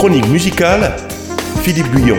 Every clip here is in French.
chronique musicale, Philippe Guyon.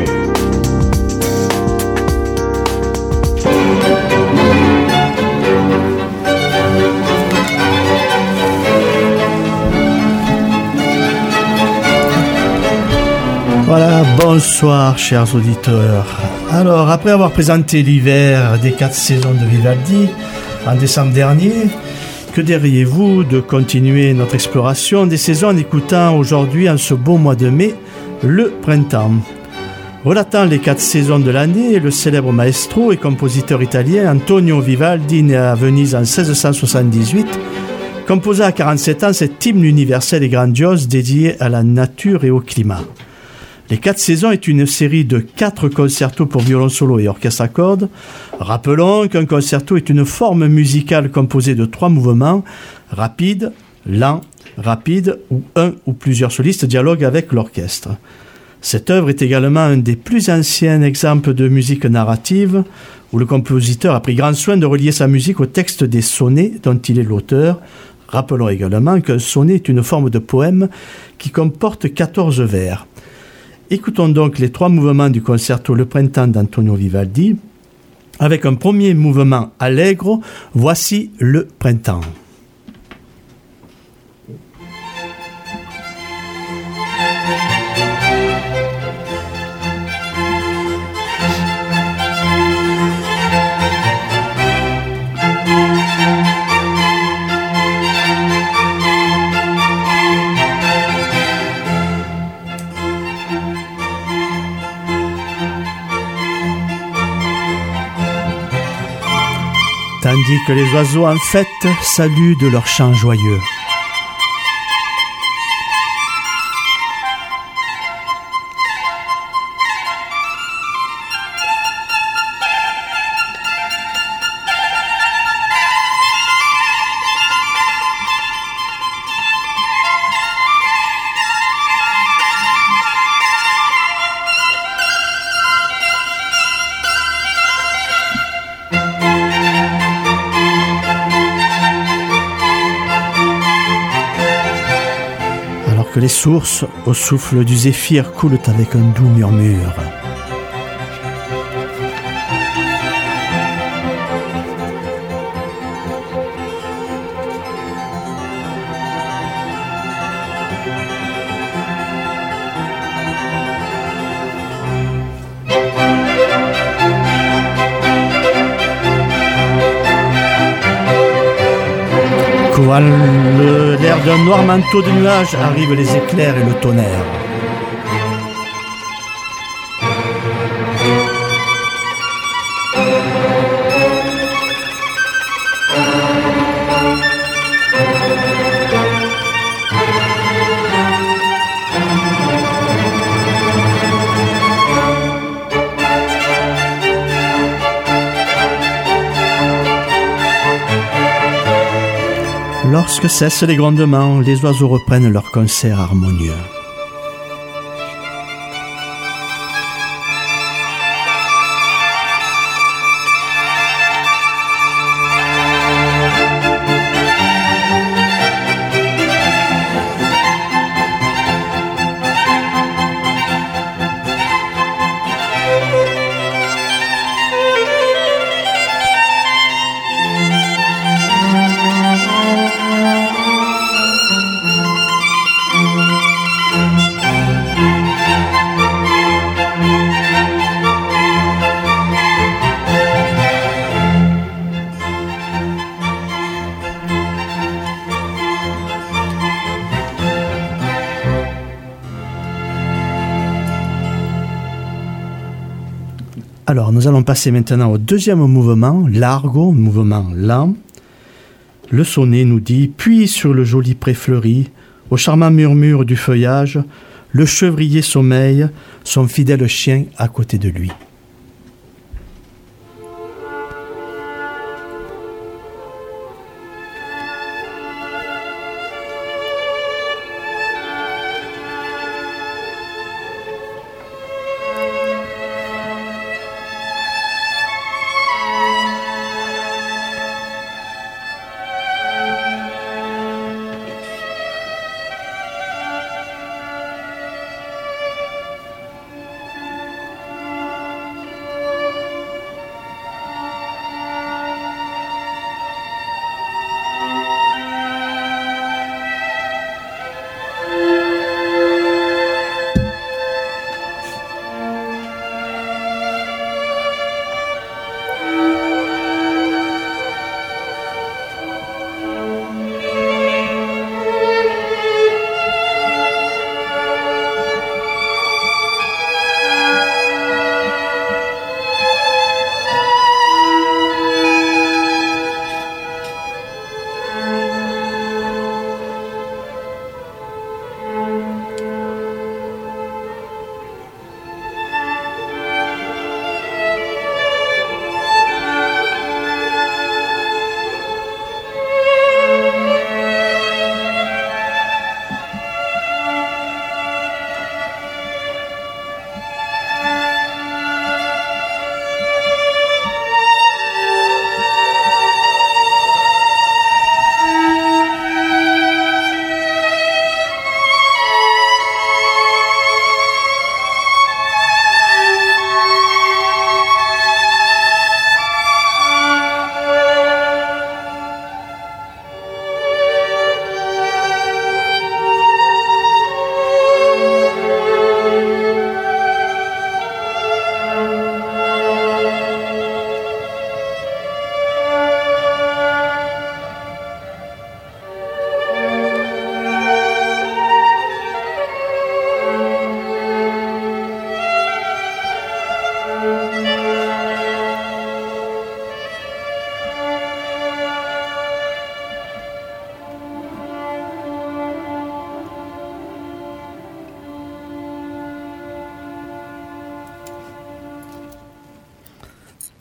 Voilà, bonsoir chers auditeurs. Alors, après avoir présenté l'hiver des 4 saisons de Vivaldi en décembre dernier, que diriez-vous de continuer notre exploration des saisons en écoutant aujourd'hui, en ce beau mois de mai, le printemps? Relatant les 4 saisons de l'année, le célèbre maestro et compositeur italien Antonio Vivaldi, né à Venise en 1678, composa à 47 ans cet hymne universel et grandiose dédié à la nature et au climat. Les 4 saisons est une série de 4 concertos pour violon solo et orchestre à cordes. Rappelons qu'un concerto est une forme musicale composée de 3 mouvements, rapide, lent, rapide, où un ou plusieurs solistes dialoguent avec l'orchestre. Cette œuvre est également un des plus anciens exemples de musique narrative, où le compositeur a pris grand soin de relier sa musique au texte des sonnets dont il est l'auteur. Rappelons également qu'un sonnet est une forme de poème qui comporte 14 vers. Écoutons donc les 3 mouvements du concerto Le Printemps d'Antonio Vivaldi. Avec un premier mouvement allegro, voici le printemps. Tandis que les oiseaux en fête saluent de leur chant joyeux. Que les sources, au souffle du zéphyr, coulent avec un doux murmure. Couvrant l'air d'un noir manteau de nuages, arrivent les éclairs et le tonnerre. Lorsque cessent les grondements, les oiseaux reprennent leur concert harmonieux. Alors, nous allons passer maintenant au deuxième mouvement, largo, mouvement lent. Le sonnet nous dit « Puis sur le joli pré fleuri, au charmant murmure du feuillage, le chevrier sommeille, son fidèle chien à côté de lui. »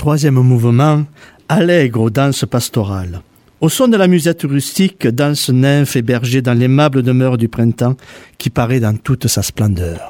troisième mouvement, allègre aux danses pastorales. Au son de la musette rustique, dansent nymphes et bergers dans l'aimable demeure du printemps qui paraît dans toute sa splendeur.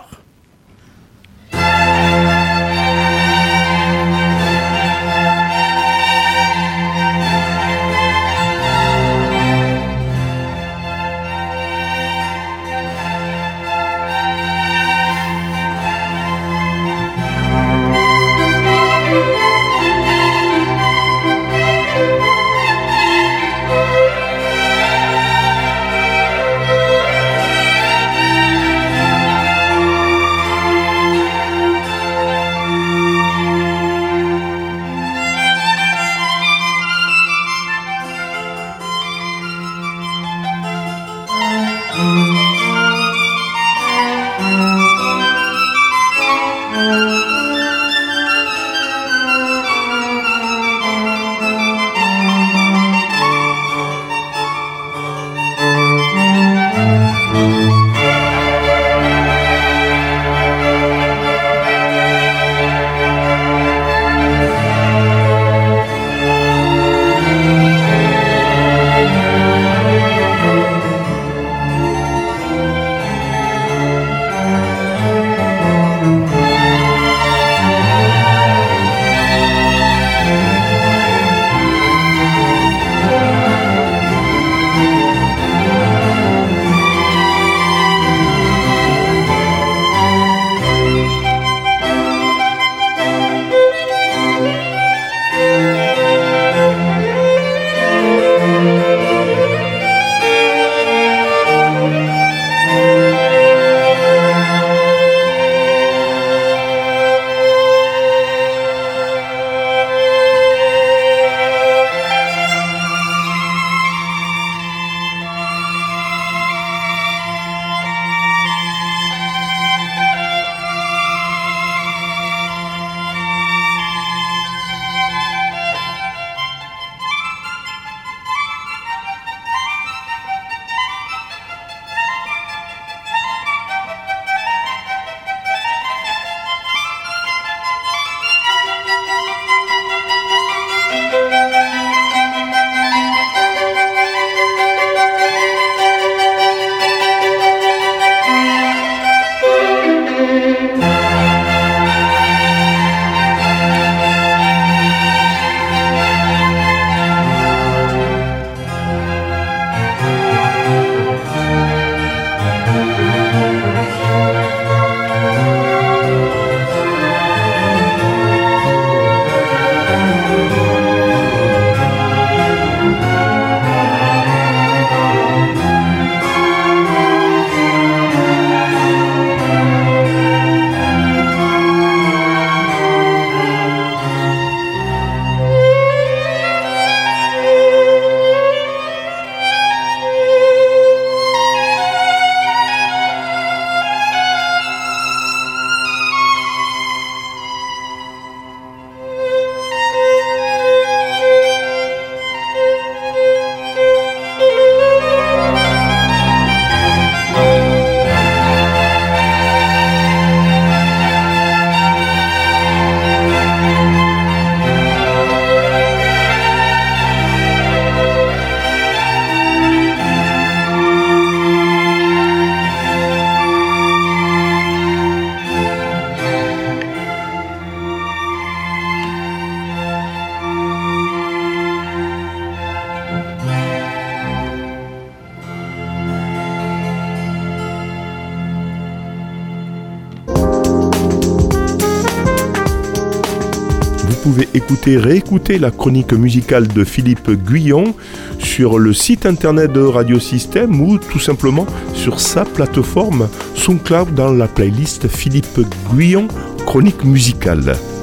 Vous pouvez écouter, réécouter la chronique musicale de Philippe Guyon sur le site internet de Radio Système ou tout simplement sur sa plateforme SoundCloud dans la playlist Philippe Guyon chronique musicale.